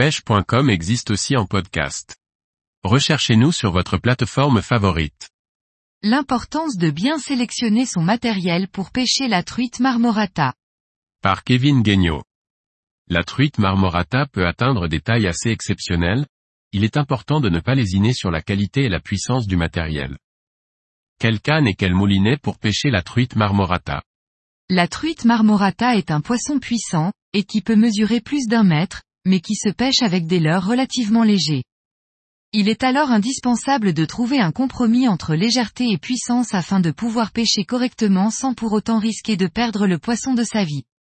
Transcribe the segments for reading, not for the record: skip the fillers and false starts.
pêche.com existe aussi en podcast. Recherchez-nous sur votre plateforme favorite. L'importance de bien sélectionner son matériel pour pêcher la truite marmorata. Par Kevin Guignot. La truite marmorata peut atteindre des tailles assez exceptionnelles. Il est important de ne pas lésiner sur la qualité et la puissance du matériel. Quelle canne et quel moulinet pour pêcher la truite marmorata? La truite marmorata est un poisson puissant, et qui peut mesurer plus d'1 mètre, mais qui se pêche avec des leurres relativement légers. Il est alors indispensable de trouver un compromis entre légèreté et puissance afin de pouvoir pêcher correctement sans pour autant risquer de perdre le poisson de sa vie.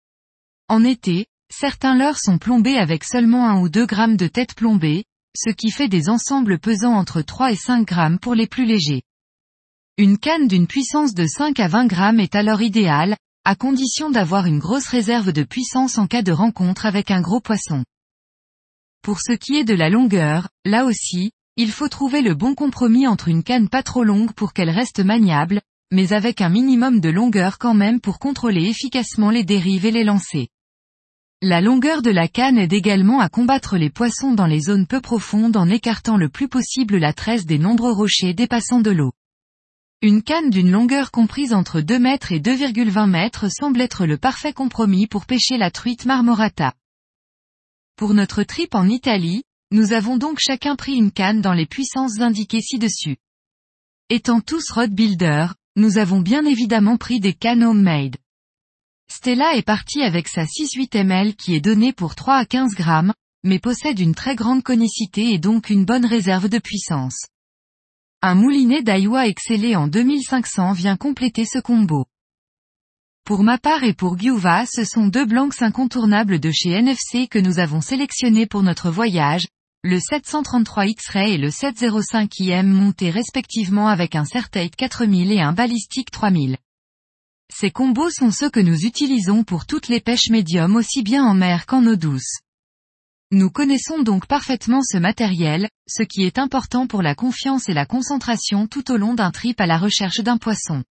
En été, certains leurres sont plombés avec seulement 1 ou 2 grammes de tête plombée, ce qui fait des ensembles pesant entre 3 et 5 grammes pour les plus légers. Une canne d'une puissance de 5 à 20 grammes est alors idéale, à condition d'avoir une grosse réserve de puissance en cas de rencontre avec un gros poisson. Pour ce qui est de la longueur, là aussi, il faut trouver le bon compromis entre une canne pas trop longue pour qu'elle reste maniable, mais avec un minimum de longueur quand même pour contrôler efficacement les dérives et les lancers. La longueur de la canne aide également à combattre les poissons dans les zones peu profondes en écartant le plus possible la tresse des nombreux rochers dépassant de l'eau. Une canne d'une longueur comprise entre 2 mètres et 2,20 mètres semble être le parfait compromis pour pêcher la truite marmorata. Pour notre trip en Italie, nous avons donc chacun pris une canne dans les puissances indiquées ci-dessus. Étant tous rod builder, nous avons bien évidemment pris des cannes homemade. Stella est partie avec sa 6-8 ml qui est donnée pour 3 à 15 grammes, mais possède une très grande conicité et donc une bonne réserve de puissance. Un moulinet Daiwa excellé en 2500 vient compléter ce combo. Pour ma part et pour Gyuva, ce sont 2 blancs incontournables de chez NFC que nous avons sélectionnés pour notre voyage, le 733 X-Ray et le 705 IM montés respectivement avec un Certate 4000 et un Ballistic 3000. Ces combos sont ceux que nous utilisons pour toutes les pêches médium aussi bien en mer qu'en eau douce. Nous connaissons donc parfaitement ce matériel, ce qui est important pour la confiance et la concentration tout au long d'un trip à la recherche d'un poisson.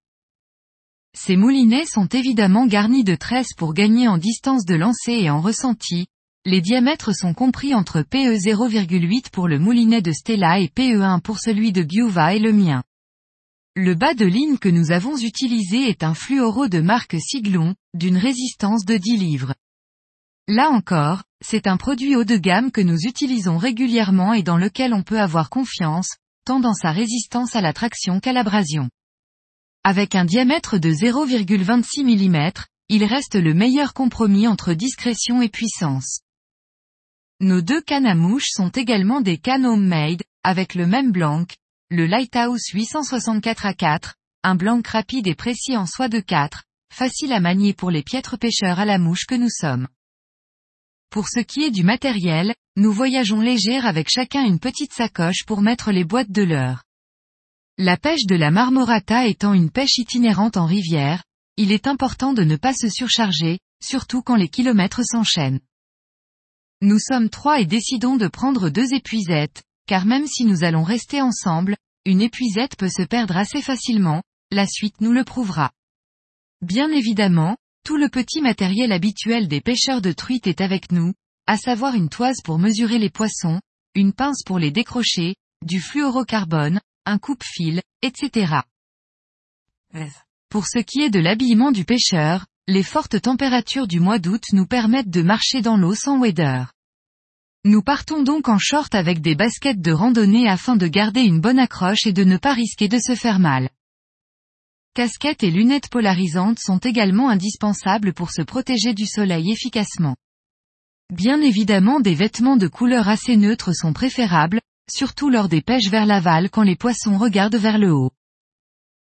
Ces moulinets sont évidemment garnis de tresses pour gagner en distance de lancer et en ressenti. Les diamètres sont compris entre PE 0,8 pour le moulinet de Stella et PE 1 pour celui de Gyuva et le mien. Le bas de ligne que nous avons utilisé est un fluoro de marque Siglon, d'une résistance de 10 livres. Là encore, c'est un produit haut de gamme que nous utilisons régulièrement et dans lequel on peut avoir confiance, tant dans sa résistance à la traction qu'à l'abrasion. Avec un diamètre de 0,26 mm, il reste le meilleur compromis entre discrétion et puissance. Nos 2 cannes à mouche sont également des cannes homemade, avec le même blanc, le Lighthouse 864 A4, un blanc rapide et précis en soie de 4, facile à manier pour les piètres pêcheurs à la mouche que nous sommes. Pour ce qui est du matériel, nous voyageons légers avec chacun une petite sacoche pour mettre les boîtes de leurre. La pêche de la marmorata étant une pêche itinérante en rivière, il est important de ne pas se surcharger, surtout quand les kilomètres s'enchaînent. Nous sommes 3 et décidons de prendre 2 épuisettes, car même si nous allons rester ensemble, une épuisette peut se perdre assez facilement, la suite nous le prouvera. Bien évidemment, tout le petit matériel habituel des pêcheurs de truite est avec nous, à savoir une toise pour mesurer les poissons, une pince pour les décrocher, du fluorocarbone, un coupe-fil, etc. Pour ce qui est de l'habillement du pêcheur, les fortes températures du mois d'août nous permettent de marcher dans l'eau sans waders. Nous partons donc en short avec des baskets de randonnée afin de garder une bonne accroche et de ne pas risquer de se faire mal. Casquettes et lunettes polarisantes sont également indispensables pour se protéger du soleil efficacement. Bien évidemment des vêtements de couleur assez neutre sont préférables, surtout lors des pêches vers l'aval quand les poissons regardent vers le haut.